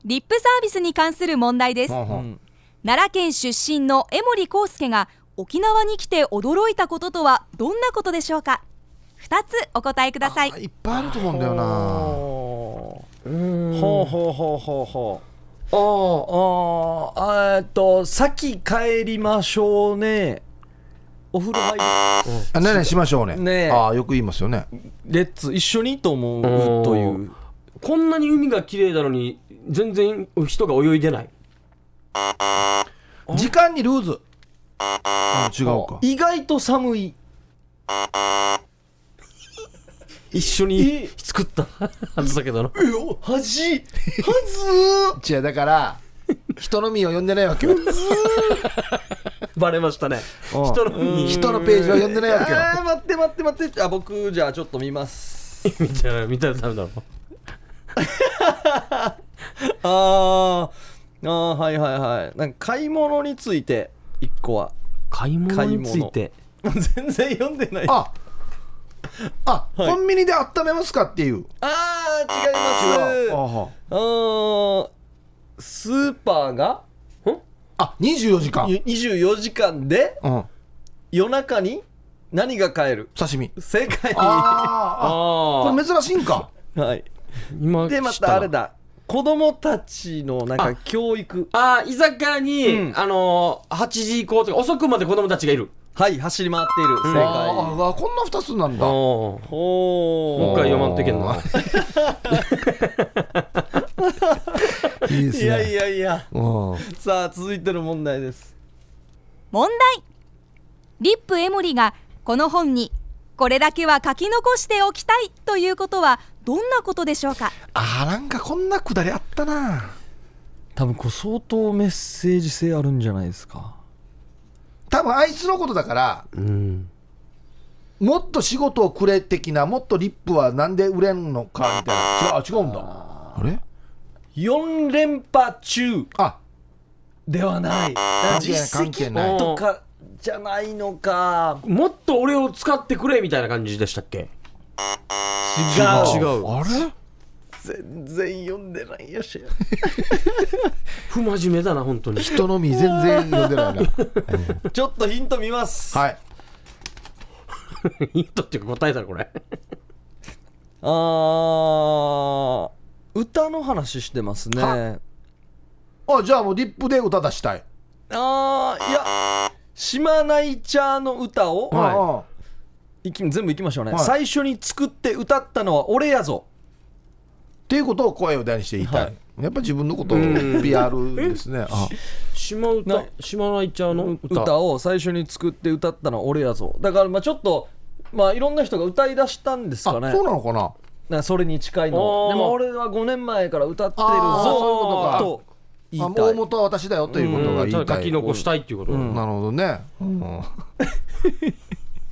リップサービスに関する問題です、うん、奈良県出身の江森康介が沖縄に来て驚いたこととはどんなことでしょうか？ふたつお答えください。
いっぱいあると思うんだよな。
ほうほうほうほうほうほうああ、えっと先帰りましょうね。お風呂入り、
あねねしましょうね。
ね
ああよく言いますよね。
レッツ一緒にと思うという。
こんなに海が綺麗なのに全然人が泳いでない。
時間にルーズ。あ違うか。
意外と寒い。
一緒に作ったはずだけどな。
えよはじは
ず違うだから人の身を読んでないわけよ。
バレましたね。人の身
人のページは読んでないわけよ。
あー待って待って待って、あ僕じゃあちょっと見ます。
見たら見たらダメだろ。
あーあーはいはいはい。なんか買い物について一個は
買い物について
全然読んでない。
ああ、
はい、
コンビニで温めますかっていう。
ああ違います。
あは
あスーパーが
あにじゅうよじかん
にじゅうよじかんで、うん、夜中に何が買える？
刺身。
正解。
ああこれ珍しいんか。
はい
今
でまたあれだ、子供たちのなんか教育。
ああ居酒屋に、うん、あのー、はちじ以降とか遅くまで子供たちがいる。
はい走り回っている。正解。
ああこんなふたつなんだ。
おおもう一回読まんといけんな。
いいですね。
いやいやいや。さあ続いての問題です。
問題。リップエモリがこの本にこれだけは書き残しておきたいということはどんなことでしょうか？
あーなんかこんなくだりあったな。
多分こう相当メッセージ性あるんじゃないですか。
多分あいつのことだから、うん、もっと仕事をくれ的な、もっとリップはなんで売れんのかみたいな。違う、違うんだ。あれ
よん連覇中
あ
ではない。実績とかじゃないのか。
もっと俺を使ってくれみたいな感じでしたっけ？
違う。
違う。あれ
全然読んでないやし。
不真面目だな本当に。
人の身全然読んでないな。
ちょっとヒント見ます。
はい。
ヒントっていうか答えだろこれ。
あー歌の話してますね。
あじゃあもうリップで歌出したい。
あーいや島内茶の歌を、
はい、
いき全部いきましょうね、
はい、
最初に作って歌ったのは俺やぞ
っていうことを声を大にして言いたい、はい、やっぱ自分のことを ピーアール ですね。あ
島歌島内茶の 歌,
歌を最初に作って歌ったのは俺やぞ。だからまあちょっとまあいろんな人が歌い出したんですかね。
あそうなのかな。
なそれに近いの。でも俺はごねんまえから歌ってるぞと言いたい。
大元は私だよということが言いたい。
書き残したいっていうこと、
うん、なるほどね、うん、い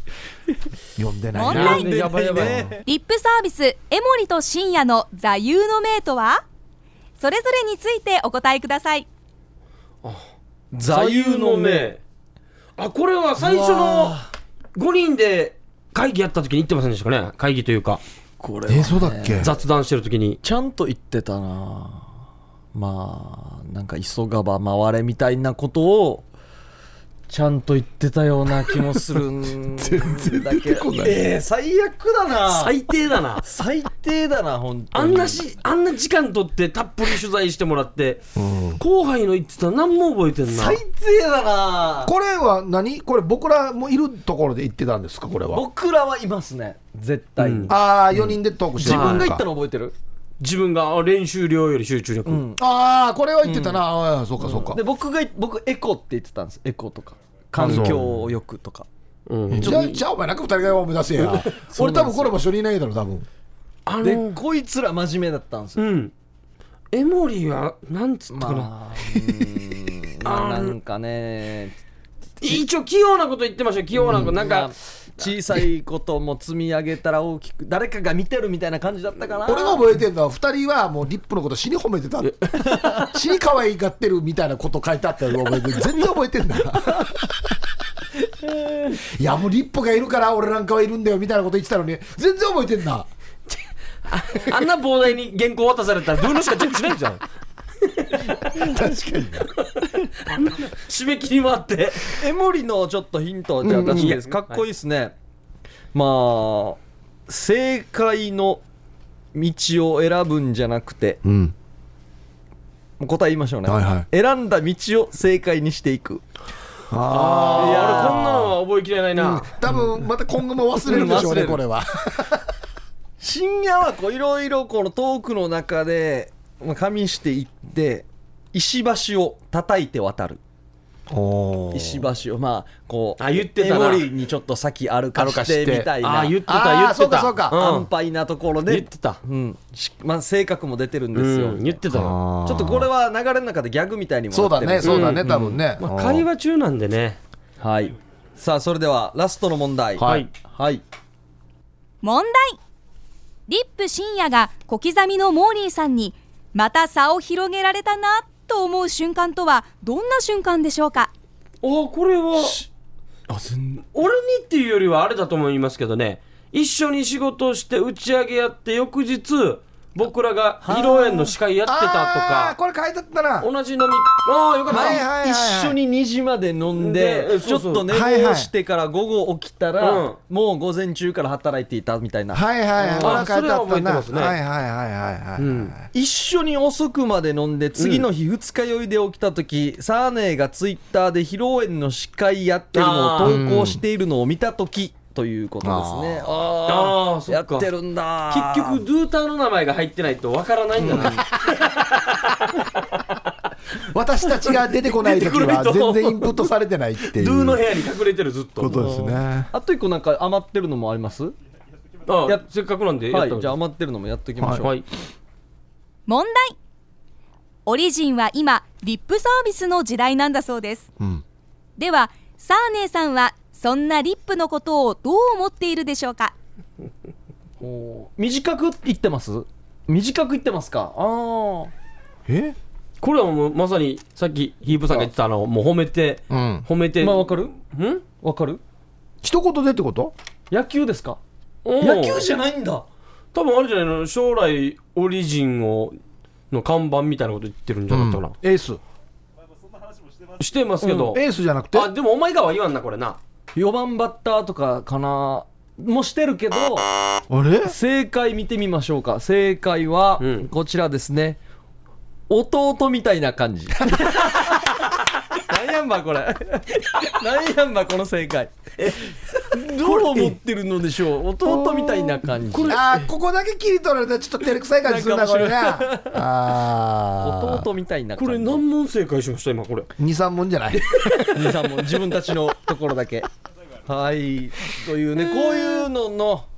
読んでない
問
な。
題
やばいやばい。
リップサービス江森と深夜の座右の銘とは？それぞれについてお答えください。
座右の銘。あ、これは最初のごにんで会議やった時に言ってませんでしたかね。会議というか
これはね
えそうだっけ。
雑談してる時に。
ちゃんと言ってたな。まあなんか急がば回れみたいなことをちゃんと言ってたような気もするんだけどえー、最悪だな。
最低だな。
最低だな本当に。
あんなしあんな時間取ってたっぷり取材してもらって、
うん、
後輩の言ってた何も覚えてんな。
最低だな。
これは何？これ僕らもいるところで言ってたんですか？これは
僕らはいますね絶対に、
うん
ああよにんでトークして
自
る
分が言ったの覚えてる？
自分があ練習量より集中力、
うん、
ああこれは言ってたな、ああそうかそうか、
で僕が僕エコって言ってたんです。エコとか環境よくとか。
うん
じゃあじゃあお前なんかふたりが目指せや俺多分これも一緒にいないだろ多分。
あの
でこいつら真面目だったんですよ。
うんエモリはなんつったかな、
まあ、うーんまあなんかね
一応器用なこと言ってましたよ。器用なこと、なんか、
まあ小さいことも積み上げたら大きく誰かが見てるみたいな感じだったかな。
俺が覚えてるのはふたりはもうリップのこと死に褒めてた死に可愛がってるみたいなこと書いてあったの覚えてる。全然覚えてんだいやもうリップがいるから俺なんかはいるんだよみたいなこと言ってたのに全然覚えてんだ
あ, あんな膨大に原稿渡されたらどういうのしかチェックしないんじゃん
確かに
締め切りもあって
エモリのちょっとヒントじゃあ出していいですか？かっこいいですね、まあ正解の道を選ぶんじゃなくて、
うん
もう答え言いましょうね、
はいはい
選んだ道を正解にしていく。
あ
いやー
俺こんなのは覚えきれないな、
うん多分また今後も忘れるでしょうね、
うん忘れる
これは
深夜はこういろいろこのトークの中でまあ加味していって石橋を叩いて渡る。
おー
石橋をまあこう
あ言ってたな
エモリにちょっと先歩かしてみたいな
あ言ってた
あー
言ってた
そうかそうか
ん
安牌なところで
言ってた、
うんしまあ、性格も出てるんですよ、
うん、言ってたよ、
あー
ちょっとこれは流れの中でギャグみたいにも
そうだ
なってる
ねそうだね、
うん
多分ね、
まあ、会話中なんでね。
はいさあそれではラストの問題
はい
はい
問題。リップ深夜が小刻みのモーリーさんにまた差を広げられたなと思う瞬間とはどんな瞬間でしょうか？
あこれは
あ全
俺にっていうよりはあれだと思いますけどね、一緒に仕事をして打ち上げやって翌日僕らが披露宴の司会やってたとか
あーこれ書いてあったな
同じ飲みああよかった、
はいはいはいはい
一緒ににじまで飲ん
で
でちょっ
そうそう
と寝坊してから午後起きたら、
うん
もう午前中から働いていたみたいな、
はいはいはい
あ
これ書いてあったな
それは覚えてますね
はいはいはいはいはい、
うん
一緒に遅くまで飲んで次の日二日酔いで起きた時、サーネーがツイッターで披露宴の司会やってるのを投稿しているのを見た時ということですね。ああや
あーそっか
ってるんだ。
結局ドゥーターの名前が入ってないとわからないんだな、
私たちが出てこない時は全然インプットされてないっていう
ドゥーの部屋に隠れてるずっと
ことですね。
あと一個なんか余ってるのもあります？
あ
や
せっかくなんでやった
はい、じゃあ余ってるのもやっときましょう。
はい
問題。オリジンは今リップサービスの時代なんだそうです。
うん
ではサーネーさんはそんなリップのことをどう思っているでしょうか？
おー短く言ってます？短く言ってますか？ああ。
え
これはもうまさにさっきヒープさんが言ってたのもう褒めて
うん
褒めて
まあわかる？
ん
わかる？
一言でってこと？
野球ですか？
おー
野球じゃないんだ。
多分あれじゃないの、将来オリジンをの看板みたいなこと言ってるんじゃなかったかな、
エース
してますけど、
エースじゃなくて
あでもお前がは言わんなこれな。
よばんバッターとかかなもしてるけど、
あれ
正解見てみましょうか。正解は
うん
こちらですね。弟みたいな感じ。何やんばこれ。何やんばこの正解。どう思ってるのでしょう。弟みたいな感じ。
あーここだけ切り取られたらちょっと照れくさい感じするなこれなあー
弟みたいな感じ。
これ何問正解しました今これ。
にさん問じゃない
兄さんも自分たちのところだけ。はいというね、こういうのの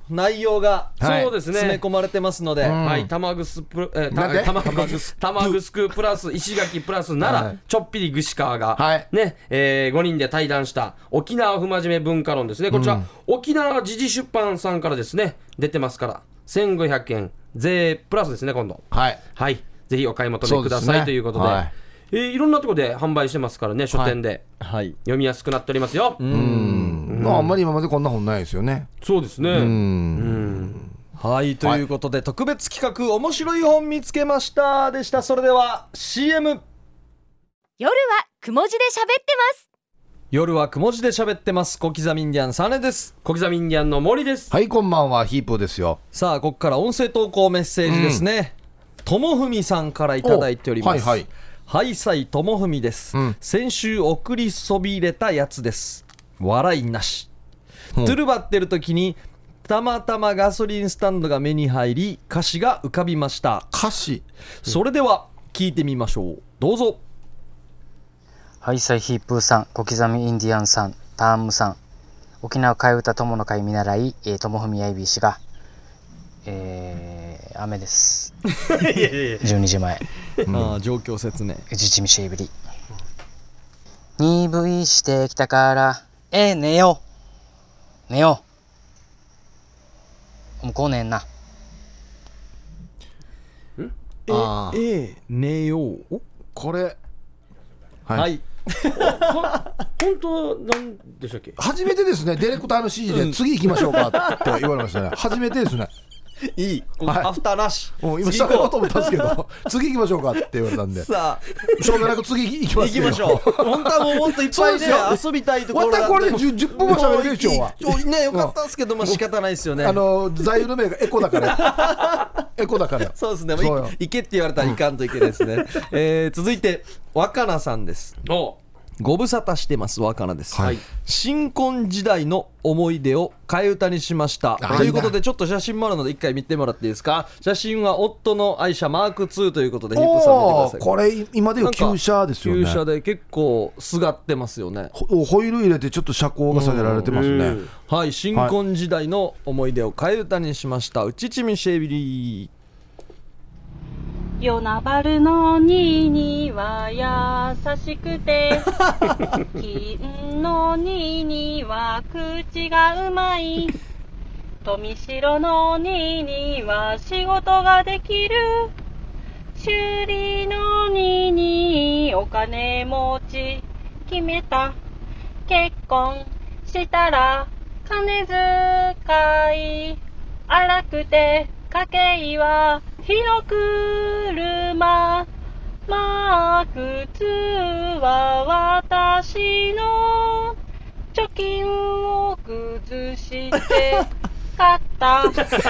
内容が
はい
そうですね
詰め込まれてますので、
ん
はい、玉ぐすプラ、えー、
なんで
た玉ぐす玉ぐすくプラス石垣プラス奈良、
はい
ちょっぴり串川が、
はい
ねえー、ごにんで対談した沖縄不真面目文化論ですね。こちら、沖縄時事出版さんからですね出てますからせんごひゃくえん税プラスですね今度。
はい
はいぜひお買い求めください、
そうですね
ということで、
はい
えーいろんなところで販売してますからね書店で、
はい、
読みやすくなっておりますよ。
うんまああんまり今までこんな本ないですよね。
そうですね。
うん
はい、ということで、特別企画面白い本見つけましたでした。それでは シーエム。
夜はくも字で喋ってます。
夜はくも字で喋ってます。小刻みインディアンサネです。
小刻みインディアンの森です。
はいこんばんはヒープーですよ。
さあここから音声投稿メッセージですね。ともふみさんからいただいております。
おはいはい
ハイサイともふみです、
うん
先週送りそびれたやつです。笑いなし。
うん
トゥルバってる時にたまたまガソリンスタンドが目に入り歌詞が浮かびました。
歌詞
それでは聞いてみましょう。どうぞ。
ハイサイヒープーさん、小刻みインディアンさん、タームさん、沖縄替え歌友の会見習い、えー、友文アイビー氏が、えー、雨です。じゅうにじまえ、
ああ状況説明。
うちちみしいぶり。鈍いしてきたから、えー、寝よう。寝よう。もうこうねんな。
あー
ええ寝よう。
これ
はい、
はい
本当は何でしたっけ。
初めてですねディレクターの指示で次行きましょうかって言われましたね。初めてですね。
いい、
はい
アフターなし。
もう今
次行こ
喋ろうと思ったんですけど次行きましょうかって言われたんで
う。さあ
しょうがなく次行きますよ
行きましょう。本当はもうもっといっぱいね
そうですよ
遊びたいところ
またこれで 10, 10分も喋れるでしょうは。
もうねよかったんですけど、まあ仕方ないですよね。
あの座右の銘がエコだからエコだから
そうですね。もう
そうよ
い行けって言われたらいかんといけないですね。えー続いて若菜さんです。
お
ご無沙汰してます若菜です、
はい
新婚時代の思い出を替え歌にしました
あ
ということで、ちょっと写真もあるので一回見てもらっていいですか。写真は夫の愛車マークツーということで、ヒップさん見てください。
おーこれ今でいう旧車ですよね。
旧車で結構すがってますよね。
ホホイール入れてちょっと車高が下げられてますね。
はい、新婚時代の思い出を替え歌にしました。うちちみシェビリー。
与那原のニーニーは優しくて金のニーニーは口がうまい富城のニーニーは仕事ができる修理のニーニーお金持ち決めた結婚したら金遣い荒くて家計は火の車マークツーは私の貯金を崩して買った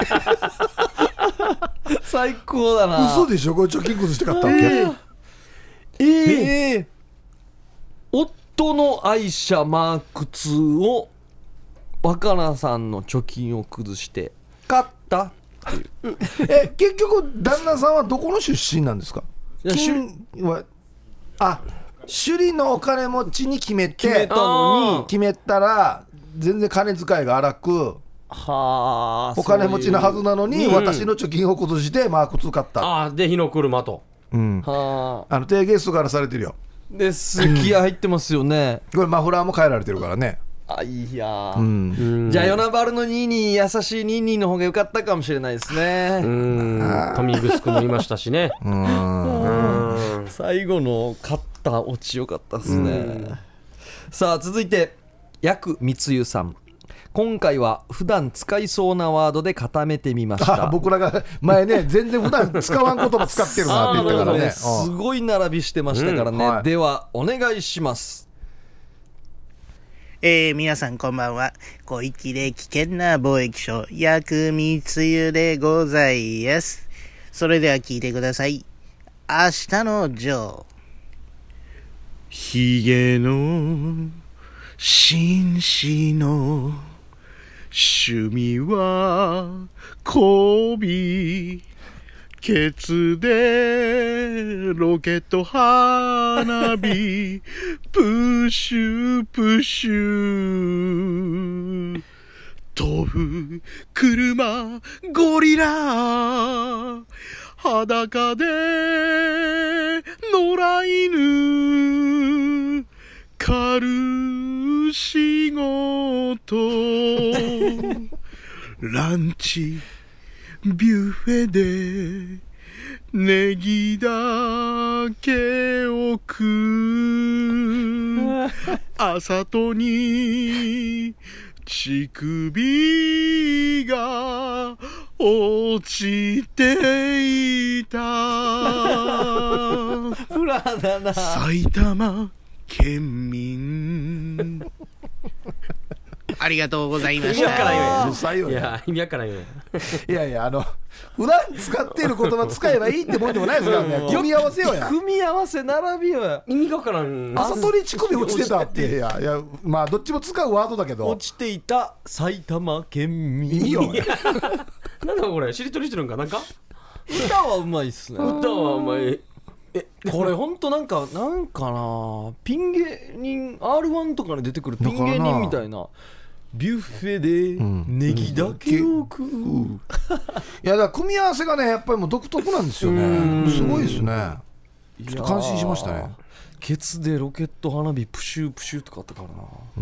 最高だな。
嘘でしょこれ貯金崩して買ったわけ。
えーえー夫の愛車マークツーを若菜さんの貯金を崩して買ったっていう。
え結局旦那さんはどこの出身なんですか。
いや
金はあ首里のお金持ちに決めて
決めたのに
決めたら全然金遣いが荒く
はあ
お金持ちのはずなのに
うん
私の貯金を崩してマークツー買った。
ああで火の車と。
うん
はあ
あの低ゲストからされてるよ。
です気合入ってますよね。
これマフラーも変えられてるからね。
あいやー、
うん
じゃあ与那原のニーニー優しいニーニーの方が良かったかもしれないです
う
ね。
ん富城もいましたしね。
うん
うん
最後の勝ったオチ良かったですね。さあ続いてヤクミツユさん。今回は普段使いそうなワードで固めてみまし
あ
た。
僕らが前ね全然普段使わん言葉使ってるなって言ったからね。
すごい並びしてましたからね、
うんはい
ではお願いします。
えー、皆さんこんばんは。広域で危険な貿易商、薬味つゆでございます。それでは聞いてください。明日のジョー。ヒゲの紳士の趣味は媚び。ケツでロケット花火プシュプシュ飛ぶ車ゴリラ裸で野良犬狩る仕事ランチビュッフェでネギだけを食う朝とに乳首が落ちていた
フラだな。
埼玉県民ありがとうございまし
意味わからんよ
た
うるさいよね。
いや意味わからんよ
いやいや、あの普段使っている言葉使えばいいってもんでもないですからね。組み合わせようや。
組み合わせ並びよや。
意味がわからん
朝取り乳首落ちてたって。いやいや、まあどっちも使うワードだけど
落ちていた埼玉県民。
いいよ。
なんだこれしりとりしてるんかなんか
歌はうまいっすね。
歌はお前
これほんとなんかなんかな、ピン芸人 アールワン とかに出てくるピン芸人みたいな。ビュッフェでネギだけを食う、うん、
いやだから組み合わせがねやっぱりもう独特なんですよね。すごいですね。ちょっと感心しましたね。
ケツでロケット花火プシュープシューとかあったからな、
うん、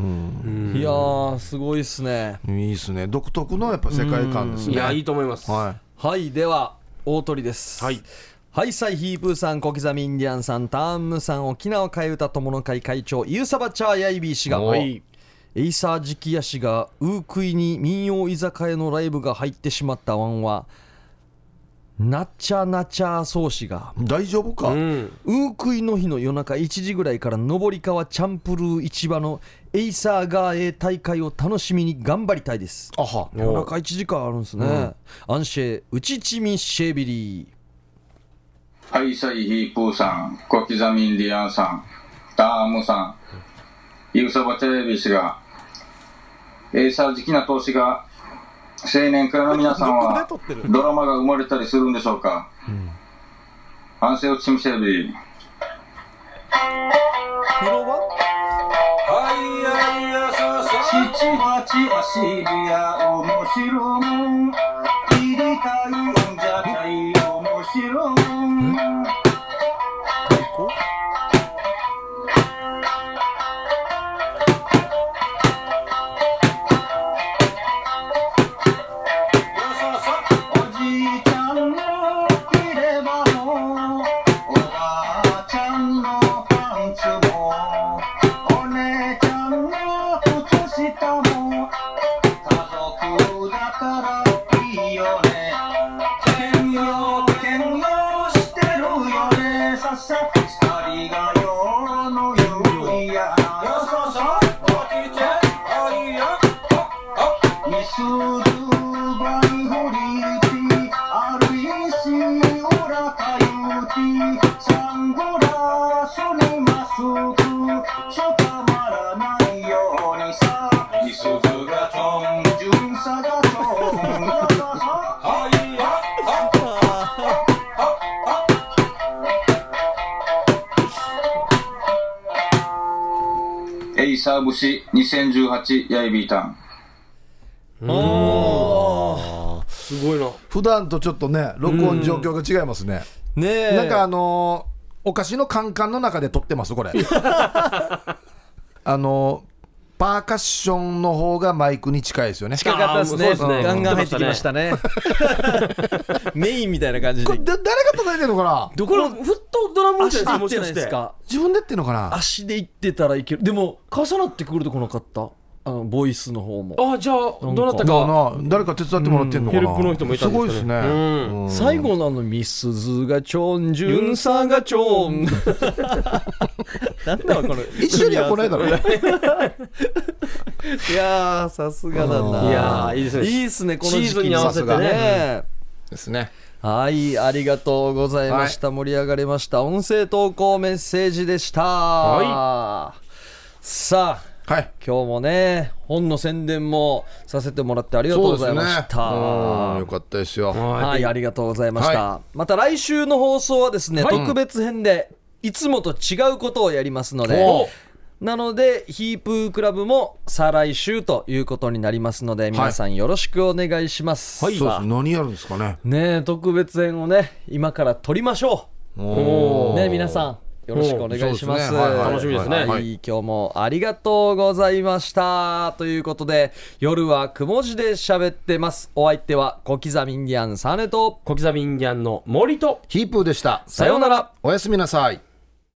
いやーすごいっすね。
いいっすね。独特のやっぱ世界観ですね。
いやいいと思います。
はい、
はい、では大鳥です。
はい
ハイサイヒープーさん、小刻みインディアンさん、ターンムさん、沖縄替え歌友の会会長ユーサバチャーヤイビー氏が、はい、エイサー直屋氏がウークイに民謡居酒屋のライブが入ってしまったワンはなちゃなちゃ宗氏が
大丈夫か、うん、
ウークイの日の夜中いちじぐらいから上川チャンプルー市場のエイサーガーエー大会を楽しみに頑張りたいです。
あは
夜中いちじかんあるんですね、うん、アンシェウチチミシェビリー。
ハイサイヒープーさん、小刻みインディアンさん、タームさん、ユーサバテレビ氏がエイサー好きな投資が青年会の皆さんはドラマが生まれたりするんでしょうか。反省をちみせびり
風呂場
はいやいやささ七八足りや面白もん入りたいんじゃない面白もんエイサー節にせんじゅうはちヤイビータン。
あーすごいな。
普段とちょっとね録音状況が違いますね。
ねえ、
なんかあのー、お菓子のカンカンの中で撮ってますこれあのーパーカッションの方がマイクに近いですよね。
近かったですね。
ですね
ガンガン入ってきましたねメインみたいな感じで。
これ誰が叩いてるのかな。
どこのフットドラムじゃないですか。もしかし
足でってないです
て
か。
自分でってんのかな。
足で行ってたらいける。でも重なってくるとこなかった。あのボイスの方も。
あ、じゃあどうなった
だか
か。
な誰か手伝ってもらってんのかな。
ヘルプの人もいたんですかね。
すごいですね、
うん
うん、
最後のあのミスズがチョンジュンサがチョンなんだろこの
一緒には来ないだろうね
いやーさすがだな。
いやーいいですね。
いいですね、この時期
シーズンに合わせてね
ね
ですね。
はい、ありがとうございました、はい、盛り上がりました。音声投稿メッセージでした、はい、さあ、はい、今日もね本の宣伝もさせてもらってありがとうございました、
ね、よかったですよ。
はい、ありがとうございました、はい、また来週の放送はですね、はい、特別編でいつもと違うことをやりますので、 なのでヒープークラブも再来週ということになりますので、皆さんよろしくお願いします。
はい、そうです。何やるんですかね。
ねえ、特別編をね今から撮りましょう。おねえ、皆さんよろしくお願いします。
楽しみですね。
はい、今日もありがとうございましたということで、夜はくも字で喋ってます。お相手は小刻みインディアンサネと
小刻みインディアンの森と
ヒープーでした。
さようなら。
おやすみなさい。